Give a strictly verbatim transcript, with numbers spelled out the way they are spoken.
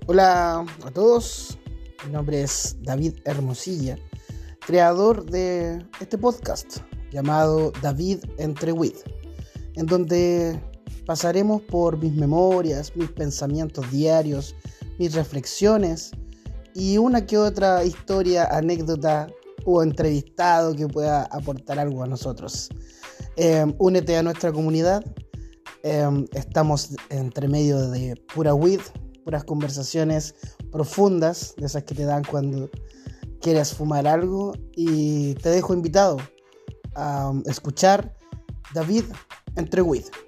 Hola a todos, mi nombre es David Hermosilla, creador de este podcast llamado David Entre With, en donde pasaremos por mis memorias, mis pensamientos diarios, mis reflexiones y una que otra historia, anécdota o entrevistado que pueda aportar algo a nosotros. Eh, únete a nuestra comunidad. Eh, estamos entre medio de pura weed, puras conversaciones profundas, de esas que te dan cuando quieres fumar algo, y te dejo invitado a escuchar David Entre Weed.